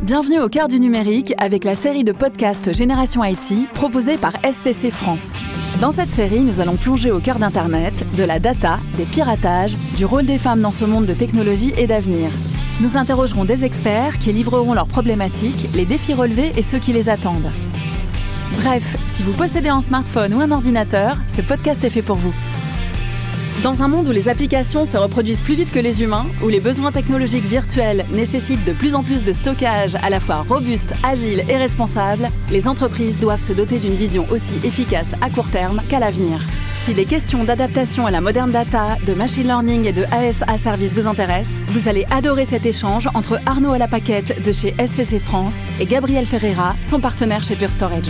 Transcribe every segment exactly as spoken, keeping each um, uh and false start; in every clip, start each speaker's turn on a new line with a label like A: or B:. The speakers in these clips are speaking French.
A: Bienvenue au cœur du numérique avec la série de podcasts Génération I T proposée par S C C France. Dans cette série, nous allons plonger au cœur d'Internet, de la data, des piratages, du rôle des femmes dans ce monde de technologie et d'avenir. Nous interrogerons des experts qui livreront leurs problématiques, les défis relevés et ceux qui les attendent. Bref, si vous possédez un smartphone ou un ordinateur, ce podcast est fait pour vous. Dans un monde où les applications se reproduisent plus vite que les humains, où les besoins technologiques virtuels nécessitent de plus en plus de stockage à la fois robuste, agile et responsable, les entreprises doivent se doter d'une vision aussi efficace à court terme qu'à l'avenir. Si les questions d'adaptation à la moderne data, de machine learning et de A S A service vous intéressent, vous allez adorer cet échange entre Arnaud Alapaquette de chez S C C France et Gabriel Ferreira, son partenaire chez Pure Storage.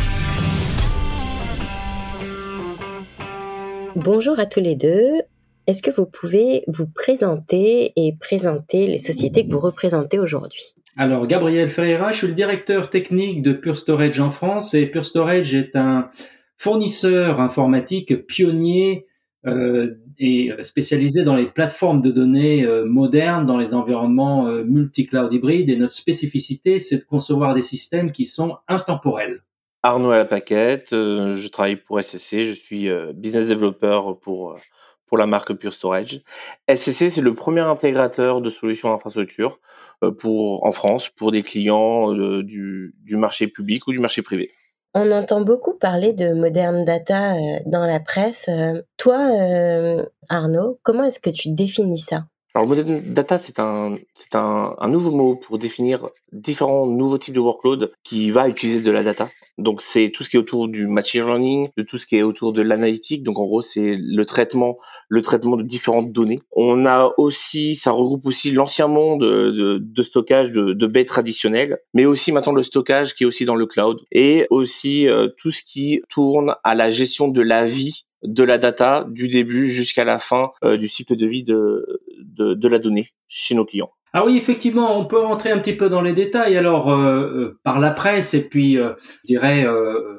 B: Bonjour à tous les deux. Est-ce que vous pouvez vous présenter et présenter les sociétés que vous représentez aujourd'hui ?
C: Alors, Gabriel Ferreira, je suis le directeur technique de Pure Storage en France et Pure Storage est un fournisseur informatique pionnier euh, et spécialisé dans les plateformes de données euh, modernes dans les environnements euh, multi-cloud hybrides et notre spécificité, c'est de concevoir des systèmes qui sont intemporels.
D: Arnaud Alapaquette, euh, je travaille pour S C C, je suis euh, business developer pour, euh, pour la marque Pure Storage. S C C, c'est le premier intégrateur de solutions d'infrastructure euh, pour, en France pour des clients euh, du, du marché public ou du marché privé.
B: On entend beaucoup parler de modern data euh, dans la presse. Euh, toi, euh, Arnaud, comment est-ce que tu définis ça ?
D: Alors, modern data, c'est un, c'est un, un nouveau mot pour définir différents nouveaux types de workload qui va utiliser de la data. Donc, c'est tout ce qui est autour du machine learning, de tout ce qui est autour de l'analytique. Donc, en gros, c'est le traitement, le traitement de différentes données. On a aussi, ça regroupe aussi l'ancien monde de, de stockage de, de baies traditionnelles, mais aussi maintenant le stockage qui est aussi dans le cloud et aussi euh, tout ce qui tourne à la gestion de la vie de la data du début jusqu'à la fin euh, du cycle de vie de, de, de la donnée chez nos clients.
C: Ah oui, effectivement, on peut rentrer un petit peu dans les détails. Alors, euh, par la presse et puis, euh, je dirais, euh,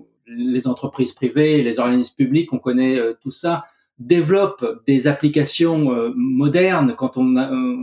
C: les entreprises privées, les organismes publics, on connaît euh, tout ça, développent des applications euh, modernes. Quand on, a, euh,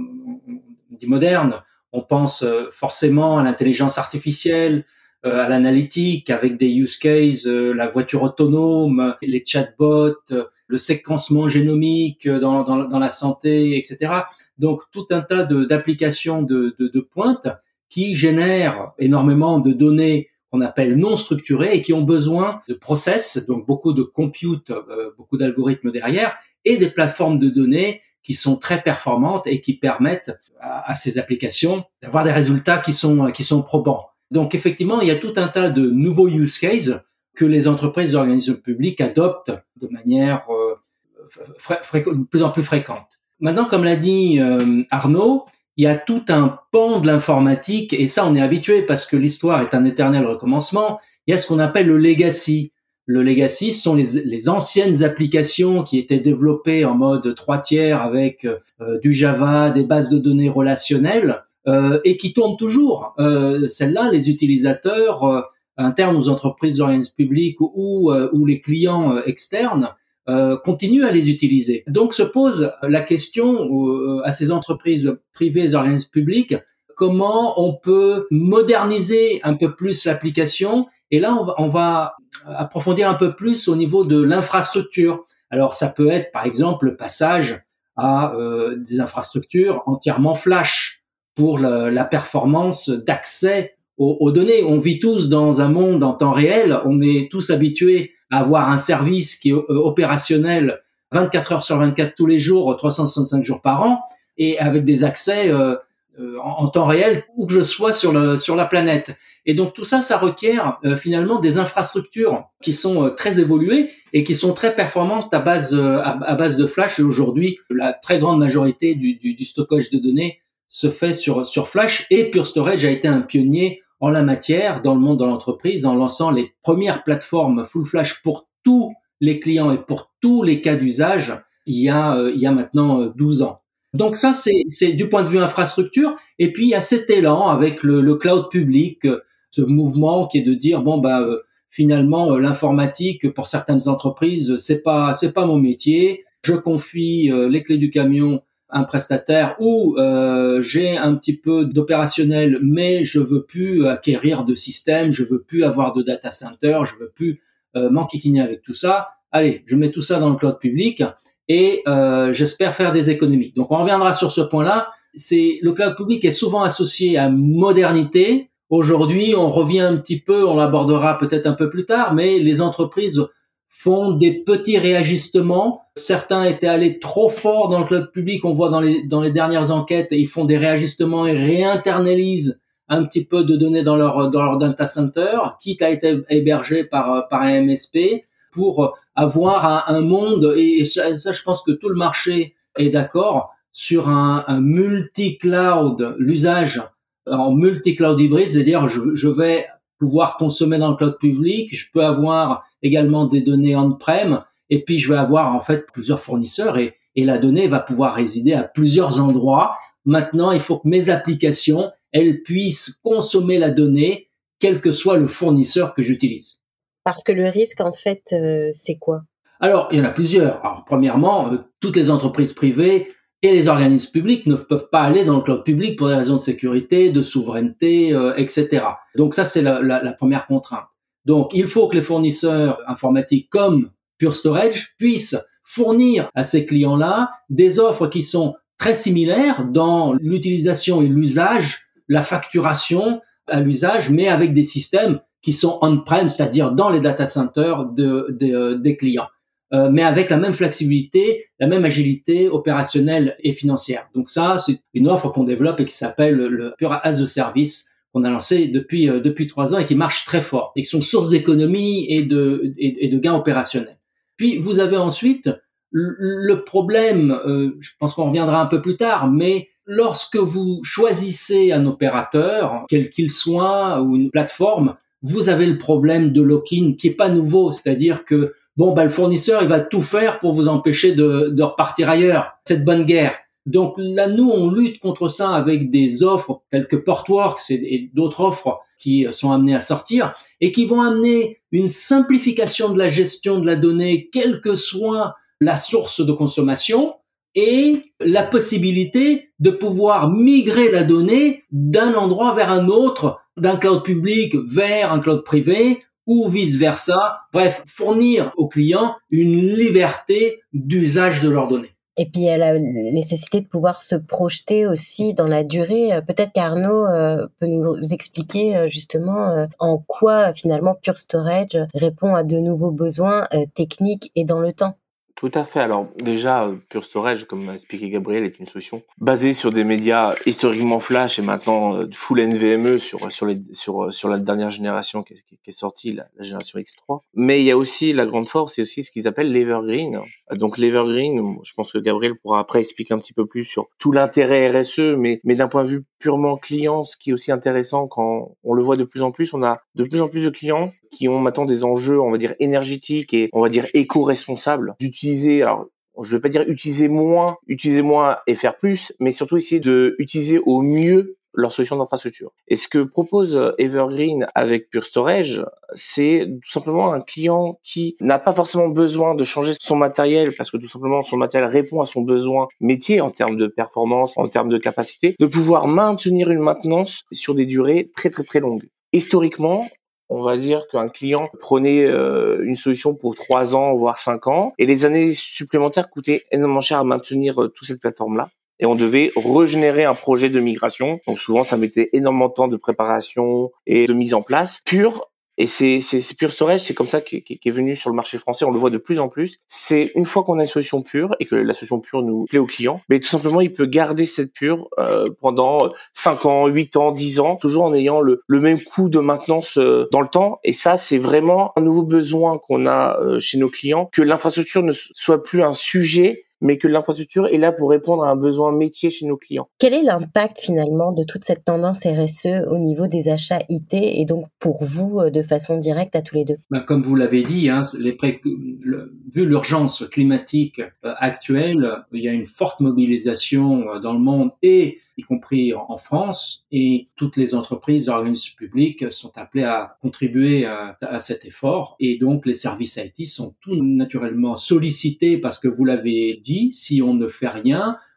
C: on dit moderne, on pense euh, forcément à l'intelligence artificielle, euh, à l'analytique, avec des use cases, euh, la voiture autonome, les chatbots, euh, le séquencement génomique dans, dans, dans la santé, et cetera. Donc, tout un tas de, d'applications de, de, de pointe qui génèrent énormément de données qu'on appelle non structurées et qui ont besoin de process, donc beaucoup de compute, euh, beaucoup d'algorithmes derrière, et des plateformes de données qui sont très performantes et qui permettent à, à ces applications d'avoir des résultats qui sont, qui sont probants. Donc, effectivement, il y a tout un tas de nouveaux use cases que les entreprises et organismes publics adoptent de manière euh, fré- fré- de plus en plus fréquente. Maintenant, comme l'a dit euh, Arnaud, il y a tout un pan de l'informatique, et ça on est habitué parce que l'histoire est un éternel recommencement. Il y a ce qu'on appelle le legacy. Le legacy, ce sont les, les anciennes applications qui étaient développées en mode trois tiers avec euh, du Java, des bases de données relationnelles, euh, et qui tournent toujours. Euh, celles-là, les utilisateurs euh, internes aux entreprises, organismes publics ou, euh, ou les clients euh, externes Euh, continuent à les utiliser. Donc se pose la question euh, à ces entreprises privées et organismes publics, comment on peut moderniser un peu plus l'application, et là on va, on va approfondir un peu plus au niveau de l'infrastructure. Alors ça peut être par exemple le passage à euh, des infrastructures entièrement flash pour la, la performance d'accès aux, aux données. On vit tous dans un monde en temps réel, on est tous habitués à avoir un service qui est opérationnel vingt-quatre heures sur vingt-quatre tous les jours, trois cent soixante-cinq jours par an, et avec des accès euh, euh, en, en temps réel où que je sois sur, le, sur la planète. Et donc tout ça, ça requiert euh, finalement des infrastructures qui sont euh, très évoluées et qui sont très performantes à base, euh, à, à base de flash. Et aujourd'hui, la très grande majorité du, du, du stockage de données se fait sur, sur flash, et Pure Storage a été un pionnier en la matière dans le monde de l'entreprise en lançant les premières plateformes full flash pour tous les clients et pour tous les cas d'usage il y a, euh, il y a maintenant douze ans. Donc ça, c'est, c'est du point de vue infrastructure. Et puis, il y a cet élan avec le, le cloud public, ce mouvement qui est de dire, bon, bah, euh, finalement, euh, l'informatique, pour certaines entreprises, c'est pas, c'est pas mon métier. Je confie euh, les clés du camion un prestataire ou euh, j'ai un petit peu d'opérationnel, mais je veux plus acquérir de système, je veux plus avoir de data center, je veux plus euh, m'enquiquiner avec tout ça. Allez, je mets tout ça dans le cloud public et euh, j'espère faire des économies. Donc, on reviendra sur ce point-là. C'est le cloud public est souvent associé à modernité. Aujourd'hui, on revient un petit peu, on l'abordera peut-être un peu plus tard, mais les entreprises font des petits réajustements. Certains étaient allés trop fort dans le cloud public, on voit dans les dans les dernières enquêtes, et ils font des réajustements et réinternalisent un petit peu de données dans leur dans leur data center, quitte à être hébergé par par un M S P pour avoir un, un monde, et ça, ça je pense que tout le marché est d'accord sur un, un multi-cloud, l'usage en multi-cloud hybride, c'est-à-dire je, je vais pouvoir consommer dans le cloud public, je peux avoir également des données on-prem, et puis je vais avoir en fait plusieurs fournisseurs, et, et la donnée va pouvoir résider à plusieurs endroits. Maintenant, il faut que mes applications, elles puissent consommer la donnée, quel que soit le fournisseur que j'utilise.
B: Parce que le risque, en fait, euh, c'est quoi? Alors,
C: il y en a plusieurs. Alors, premièrement, euh, toutes les entreprises privées et les organismes publics ne peuvent pas aller dans le cloud public pour des raisons de sécurité, de souveraineté, euh, et cetera. Donc ça, c'est la, la, la première contrainte. Donc, il faut que les fournisseurs informatiques comme Pure Storage puissent fournir à ces clients-là des offres qui sont très similaires dans l'utilisation et l'usage, la facturation à l'usage, mais avec des systèmes qui sont on-prem, c'est-à-dire dans les data centers de, de, des clients. Euh, mais avec la même flexibilité, la même agilité opérationnelle et financière. Donc ça, c'est une offre qu'on développe et qui s'appelle le Pure as a Service, qu'on a lancé depuis euh, depuis trois ans et qui marche très fort, et qui sont source d'économies et de et, et de gains opérationnels. Puis vous avez ensuite le, le problème, euh, je pense qu'on reviendra un peu plus tard, mais lorsque vous choisissez un opérateur, quel qu'il soit, ou une plateforme, vous avez le problème de lock-in qui est pas nouveau, c'est-à-dire que bon, bah, le fournisseur, il va tout faire pour vous empêcher de, de repartir ailleurs. C'est de bonne guerre. Donc là, nous, on lutte contre ça avec des offres telles que Portworx et, et d'autres offres qui sont amenées à sortir et qui vont amener une simplification de la gestion de la donnée, quelle que soit la source de consommation, et la possibilité de pouvoir migrer la donnée d'un endroit vers un autre, d'un cloud public vers un cloud privé, ou vice-versa. Bref, fournir aux clients une liberté d'usage de leurs données.
B: Et puis, il y a la nécessité de pouvoir se projeter aussi dans la durée. Peut-être qu'Arnaud euh, peut nous expliquer euh, justement euh, en quoi finalement Pure Storage répond à de nouveaux besoins euh, techniques et dans le temps.
D: Tout à fait. Alors déjà, Pure Storage, comme m'a expliqué Gabriel, est une solution basée sur des médias historiquement flash et maintenant euh, full N V M E sur sur les sur sur la dernière génération qui est, qui est sortie, la, la génération X trois. Mais il y a aussi la grande force, c'est aussi ce qu'ils appellent l'Evergreen. Donc l'Evergreen, je pense que Gabriel pourra après expliquer un petit peu plus sur tout l'intérêt R S E, mais mais d'un point de vue purement client, ce qui est aussi intéressant quand on le voit de plus en plus, on a de plus en plus de clients qui ont maintenant des enjeux, on va dire énergétiques et on va dire éco-responsables, d'utiliser, alors je vais pas dire utiliser moins, utiliser moins et faire plus, mais surtout essayer de utiliser au mieux leur solution d'infrastructure. Et ce que propose Evergreen avec Pure Storage, c'est tout simplement un client qui n'a pas forcément besoin de changer son matériel parce que tout simplement son matériel répond à son besoin métier en termes de performance, en termes de capacité, de pouvoir maintenir une maintenance sur des durées très très très longues. Historiquement, on va dire qu'un client prenait euh, une solution pour trois ans, voire cinq ans, et les années supplémentaires coûtaient énormément cher à maintenir euh, toute cette plateforme-là. Et on devait régénérer un projet de migration. Donc souvent, ça mettait énormément de temps de préparation et de mise en place. Pure, et c'est, c'est, c'est Pure Storage, c'est comme ça qui est, est venu sur le marché français. On le voit de plus en plus. C'est une fois qu'on a une solution Pure et que la solution Pure nous plaît au client, mais tout simplement, il peut garder cette Pure euh, pendant cinq ans, huit ans, dix ans, toujours en ayant le, le même coût de maintenance euh, dans le temps. Et ça, c'est vraiment un nouveau besoin qu'on a euh, chez nos clients, que l'infrastructure ne soit plus un sujet, mais que l'infrastructure est là pour répondre à un besoin métier chez nos clients.
B: Quel est l'impact finalement de toute cette tendance R S E au niveau des achats I T et donc pour vous de façon directe à tous les deux?
C: Ben, comme vous l'avez dit, hein, les pré... le... vu l'urgence climatique euh, actuelle, il y a une forte mobilisation euh, dans le monde et y compris en France, et toutes les entreprises, organismes publics sont appelés à contribuer à, à cet effort, et donc les services I T sont tout naturellement sollicités parce que vous l'avez dit, si on ne fait rien,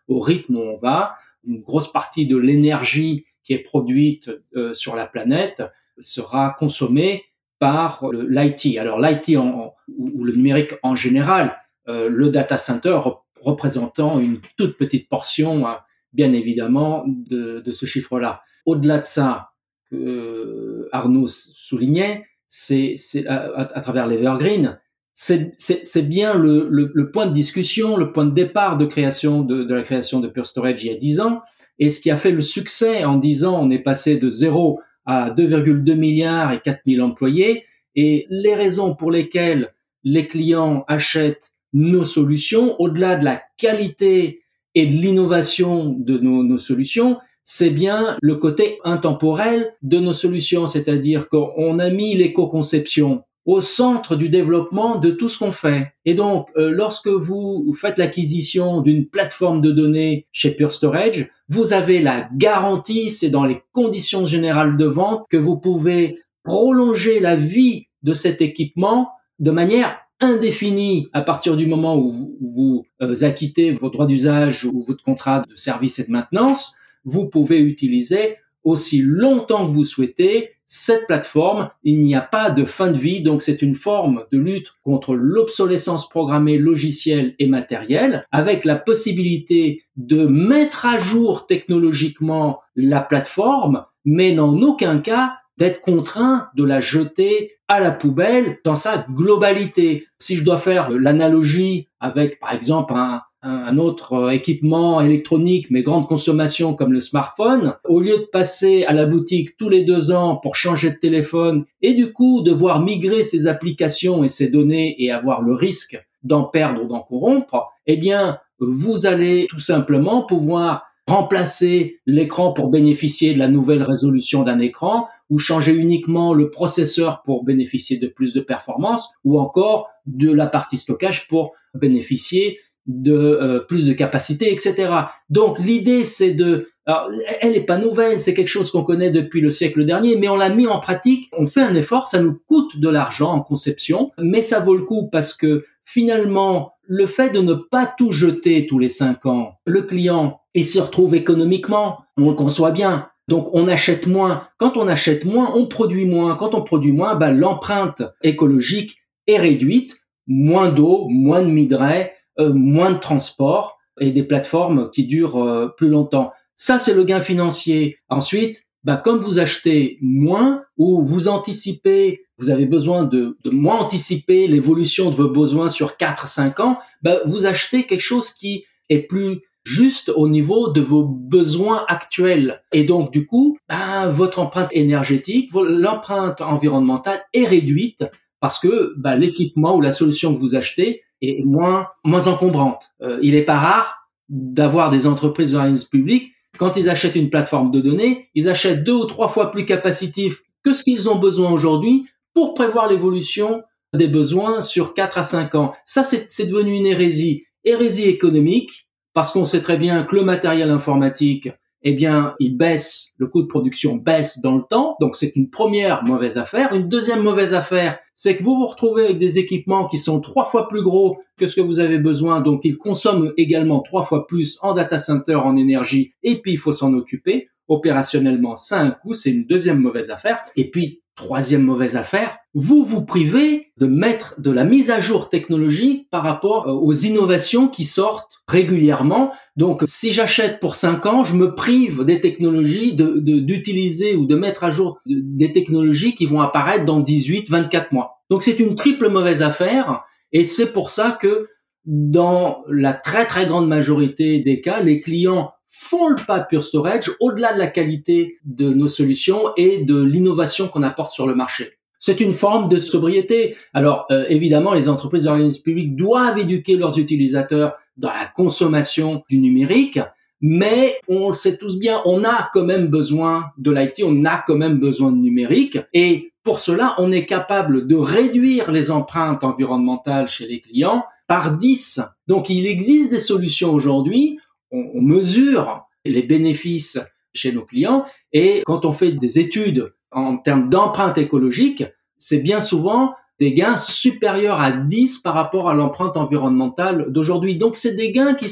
C: au rythme où on va, une grosse partie de l'énergie qui est produite euh, sur la planète sera consommée par euh, l'I T. Alors l'I T en, ou, ou le numérique en général, euh, le data center rep- représentant une toute petite portion, hein, bien évidemment, de, de ce chiffre-là. Au-delà de ça, que euh, Arnaud soulignait, c'est, c'est à, à travers l'Evergreen, c'est, c'est, c'est bien le, le, le point de discussion, le point de départ de création de, de la création de Pure Storage il y a dix ans, et ce qui a fait le succès en dix ans, on est passé de zéro à deux virgule deux milliards et quatre mille employés, et les raisons pour lesquelles les clients achètent nos solutions, au-delà de la qualité et de l'innovation de nos, nos solutions, c'est bien le côté intemporel de nos solutions, c'est-à-dire qu'on a mis l'éco-conception au centre du développement de tout ce qu'on fait. Et donc, euh, lorsque vous faites l'acquisition d'une plateforme de données chez Pure Storage, vous avez la garantie, c'est dans les conditions générales de vente, que vous pouvez prolonger la vie de cet équipement de manière indéfinie à partir du moment où vous, vous euh, acquittez vos droits d'usage ou votre contrat de service et de maintenance. Vous pouvez utiliser aussi longtemps que vous souhaitez cette plateforme. Il n'y a pas de fin de vie, donc c'est une forme de lutte contre l'obsolescence programmée logicielle et matérielle, avec la possibilité de mettre à jour technologiquement la plateforme, mais en aucun cas d'être contraint de la jeter à la poubelle dans sa globalité. Si je dois faire l'analogie avec, par exemple, un un autre équipement électronique, mais grande consommation comme le smartphone, au lieu de passer à la boutique tous les deux ans pour changer de téléphone et du coup devoir migrer ses applications et ses données et avoir le risque d'en perdre ou d'en corrompre, eh bien, vous allez tout simplement pouvoir remplacer l'écran pour bénéficier de la nouvelle résolution d'un écran ou changer uniquement le processeur pour bénéficier de plus de performance ou encore de la partie stockage pour bénéficier de euh, plus de capacité, et cetera. Donc l'idée c'est de, alors, elle est pas nouvelle, c'est quelque chose qu'on connaît depuis le siècle dernier, mais on l'a mis en pratique, on fait un effort, ça nous coûte de l'argent en conception, mais ça vaut le coup parce que finalement le fait de ne pas tout jeter tous les cinq ans, le client il se retrouve économiquement, on le conçoit bien. Donc on achète moins. Quand on achète moins, on produit moins. Quand on produit moins, ben, l'empreinte écologique est réduite, moins d'eau, moins de minerais, Euh, moins de transport et des plateformes qui durent euh, plus longtemps. Ça, c'est le gain financier. Ensuite, bah, comme vous achetez moins ou vous anticipez, vous avez besoin de, de moins anticiper l'évolution de vos besoins sur quatre à cinq ans, bah, vous achetez quelque chose qui est plus juste au niveau de vos besoins actuels. Et donc, du coup, bah, votre empreinte énergétique, l'empreinte environnementale est réduite parce que bah, l'équipement ou la solution que vous achetez est moins, moins encombrante. Euh, il n'est pas rare d'avoir des entreprises d'organismes publics, quand ils achètent une plateforme de données, ils achètent deux ou trois fois plus capacitif que ce qu'ils ont besoin aujourd'hui pour prévoir l'évolution des besoins sur quatre à cinq ans. Ça, c'est, c'est devenu une hérésie. Hérésie économique, parce qu'on sait très bien que le matériel informatique, eh bien, il baisse, le coût de production baisse dans le temps, donc c'est une première mauvaise affaire. Une deuxième mauvaise affaire, c'est que vous vous retrouvez avec des équipements qui sont trois fois plus gros que ce que vous avez besoin, donc ils consomment également trois fois plus en data center, en énergie, et puis il faut s'en occuper. Opérationnellement, ça a un coût, c'est une deuxième mauvaise affaire. Et puis, troisième mauvaise affaire, vous vous privez de mettre de la mise à jour technologique par rapport aux innovations qui sortent régulièrement. Donc, si j'achète pour cinq ans, je me prive des technologies, de, de, d'utiliser ou de mettre à jour des technologies qui vont apparaître dans dix-huit, vingt-quatre mois. Donc, c'est une triple mauvaise affaire et c'est pour ça que dans la très très grande majorité des cas, les clients font le pas Pure Storage au-delà de la qualité de nos solutions et de l'innovation qu'on apporte sur le marché. C'est une forme de sobriété. Alors, euh, évidemment, les entreprises et organismes publics doivent éduquer leurs utilisateurs dans la consommation du numérique, mais on le sait tous bien, on a quand même besoin de l'I T, on a quand même besoin de numérique, et pour cela, on est capable de réduire les empreintes environnementales chez les clients par dix. Donc, il existe des solutions aujourd'hui, on, on mesure les bénéfices chez nos clients, et quand on fait des études en termes d'empreinte écologique, c'est bien souvent des gains supérieurs à dix par rapport à l'empreinte environnementale d'aujourd'hui. Donc, c'est des gains qui sont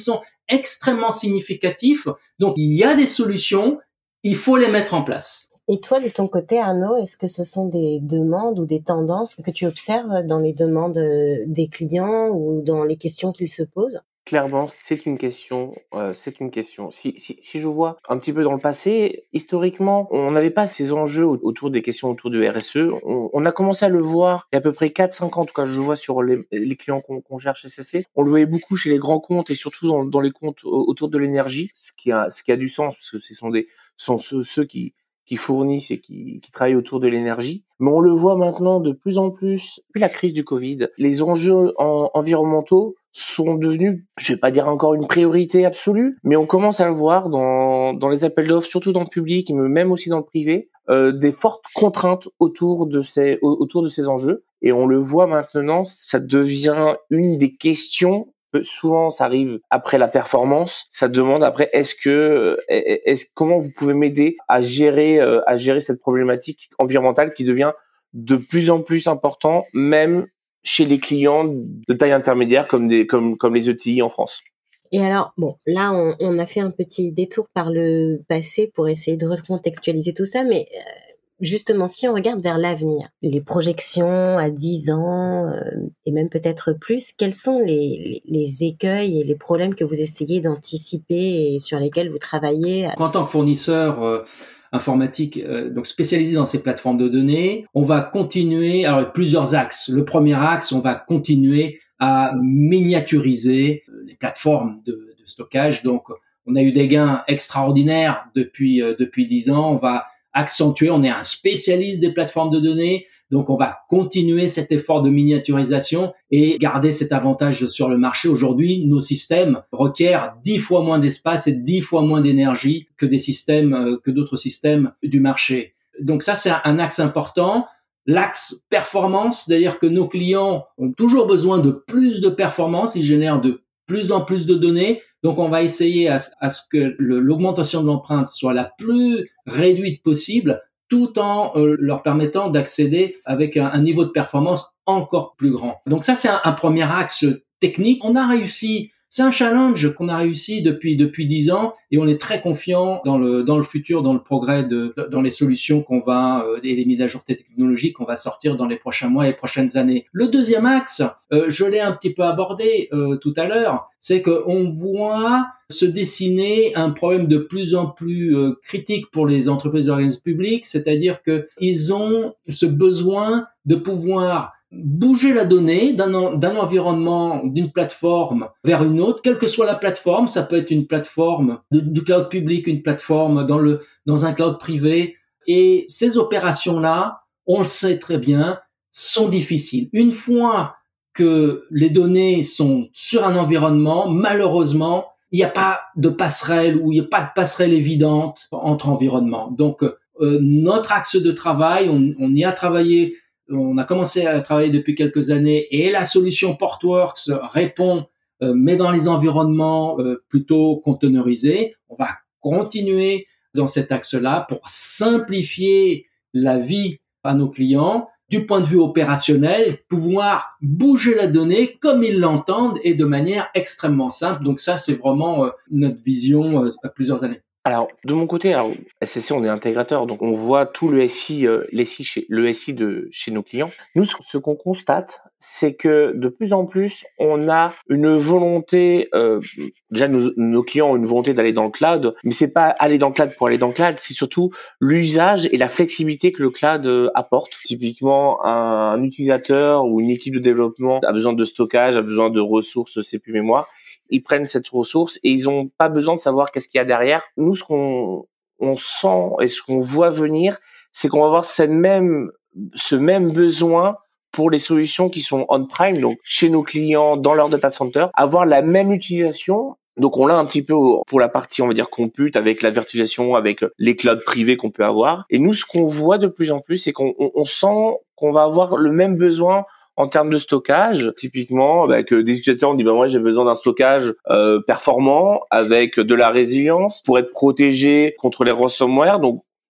C: extrêmement significatifs. Donc, il y a des solutions, il faut les mettre en place.
B: Et toi, de ton côté, Arnaud, est-ce que ce sont des demandes ou des tendances que tu observes dans les demandes des clients ou dans les questions qu'ils se posent?
D: Clairement, c'est une question. Euh, c'est une question. Si, si, si je vois un petit peu dans le passé, historiquement, on n'avait pas ces enjeux autour des questions autour du R S E. On, on a commencé à le voir il y a à peu près quatre cinq ans, en tout cas, je le vois sur les, les clients qu'on, qu'on gère chez C C. On le voyait beaucoup chez les grands comptes et surtout dans, dans les comptes autour de l'énergie, ce qui a, ce qui a du sens parce que ce sont des, sont ceux, ceux qui qui fournissent et qui, qui travaillent autour de l'énergie. Mais on le voit maintenant de plus en plus, depuis la crise du Covid, les enjeux en, environnementaux sont devenus, je vais pas dire encore une priorité absolue, mais on commence à le voir dans, dans les appels d'offres, surtout dans le public, mais même aussi dans le privé, euh, des fortes contraintes autour de ces, autour de ces enjeux. Et on le voit maintenant, ça devient une des questions. Souvent, ça arrive après la performance. Ça demande après, est-ce que, est-ce comment vous pouvez m'aider à gérer, à gérer cette problématique environnementale qui devient de plus en plus important, même chez les clients de taille intermédiaire comme des, comme, comme les E T I en France.
B: Et alors, bon, là, on, on a fait un petit détour par le passé pour essayer de recontextualiser tout ça, mais euh, justement, si on regarde vers l'avenir, les projections à dix ans euh, et même peut-être plus, quels sont les, les, les écueils et les problèmes que vous essayez d'anticiper et sur lesquels vous travaillez?
C: En tant que fournisseur euh, informatique, euh, donc spécialisé dans ces plateformes de données, on va continuer, alors plusieurs axes. Le premier axe, on va continuer à miniaturiser les plateformes de, de stockage. Donc, on a eu des gains extraordinaires depuis euh, depuis dix ans. On va accentuer, on est un spécialiste des plateformes de données, donc on va continuer cet effort de miniaturisation et garder cet avantage sur le marché. Aujourd'hui, nos systèmes requièrent dix fois moins d'espace et dix fois moins d'énergie que des systèmes, que d'autres systèmes du marché. Donc ça, c'est un axe important. L'axe performance, c'est-à-dire que nos clients ont toujours besoin de plus de performance, ils génèrent de plus en plus de données. Donc, on va essayer à, à ce que le, l'augmentation de l'empreinte soit la plus réduite possible, tout en euh, leur permettant d'accéder avec un, un niveau de performance encore plus grand. Donc, ça, c'est un, un premier axe technique. On a réussi. C'est un challenge qu'on a réussi depuis depuis dix ans et on est très confiant dans le dans le futur, dans le progrès de dans les solutions qu'on va euh, et les mises à jour technologiques qu'on va sortir dans les prochains mois et les prochaines années. Le deuxième axe, euh, je l'ai un petit peu abordé euh, tout à l'heure, c'est que on voit se dessiner un problème de plus en plus euh, critique pour les entreprises et organismes publics, c'est-à-dire que ils ont ce besoin de pouvoir bouger la donnée d'un, d'un environnement, d'une plateforme vers une autre, quelle que soit la plateforme. Ça peut être une plateforme de, du cloud public, une plateforme dans le dans un cloud privé. Et ces opérations-là, on le sait très bien, sont difficiles. Une fois que les données sont sur un environnement, malheureusement, il n'y a pas de passerelle ou il n'y a pas de passerelle évidente entre environnements. Donc, euh, notre axe de travail, on, on y a travaillé. On a commencé à travailler depuis quelques années et la solution Portworx répond, euh, mais dans les environnements euh, plutôt containerisés. On va continuer dans cet axe-là pour simplifier la vie à nos clients du point de vue opérationnel, pouvoir bouger la donnée comme ils l'entendent et de manière extrêmement simple. Donc ça, c'est vraiment euh, notre vision euh, à plusieurs années.
D: Alors, de mon côté, alors, S C C, on est intégrateur, donc on voit tout le S I, euh, le S I chez, le S I de chez nos clients. Nous, ce qu'on constate, c'est que de plus en plus, on a une volonté, euh, déjà nos, nos clients ont une volonté d'aller dans le cloud, mais c'est pas aller dans le cloud pour aller dans le cloud, c'est surtout l'usage et la flexibilité que le cloud euh, apporte. Typiquement, un, un utilisateur ou une équipe de développement a besoin de stockage, a besoin de ressources C P U mémoire. Ils prennent cette ressource et ils ont pas besoin de savoir qu'est-ce qu'il y a derrière. Nous, ce qu'on on sent et ce qu'on voit venir, c'est qu'on va avoir cette même, ce même besoin pour les solutions qui sont on-prime, donc chez nos clients, dans leur data center, avoir la même utilisation. Donc, on l'a un petit peu pour la partie, on va dire, compute, avec la virtualisation, avec les clouds privés qu'on peut avoir. Et nous, ce qu'on voit de plus en plus, c'est qu'on on, on sent qu'on va avoir le même besoin en termes de stockage. Typiquement, bah, que des utilisateurs ont dit bah moi j'ai besoin d'un stockage euh, performant avec de la résilience pour être protégé contre les ransomware. Donc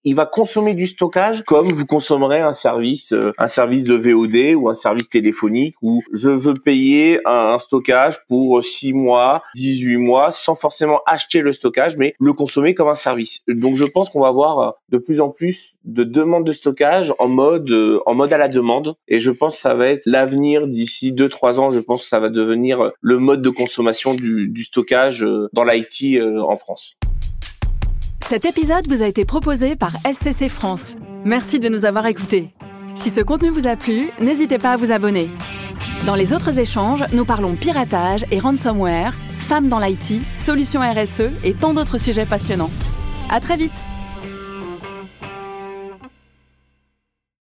D: il va consommer du stockage comme vous consommerez un service, euh, un service de V O D ou un service téléphonique où je veux payer un, un stockage pour six mois, dix-huit mois, sans forcément acheter le stockage, mais le consommer comme un service. Donc, je pense qu'on va avoir de plus en plus de demandes de stockage en mode, euh, en mode à la demande. Et je pense que ça va être l'avenir d'ici deux, trois ans. Je pense que ça va devenir le mode de consommation du, du stockage dans l'I T euh, en France.
A: Cet épisode vous a été proposé par S C C France. Merci de nous avoir écoutés. Si ce contenu vous a plu, n'hésitez pas à vous abonner. Dans les autres échanges, nous parlons piratage et ransomware, femmes dans l'I T, solutions R S E et tant d'autres sujets passionnants. À très vite!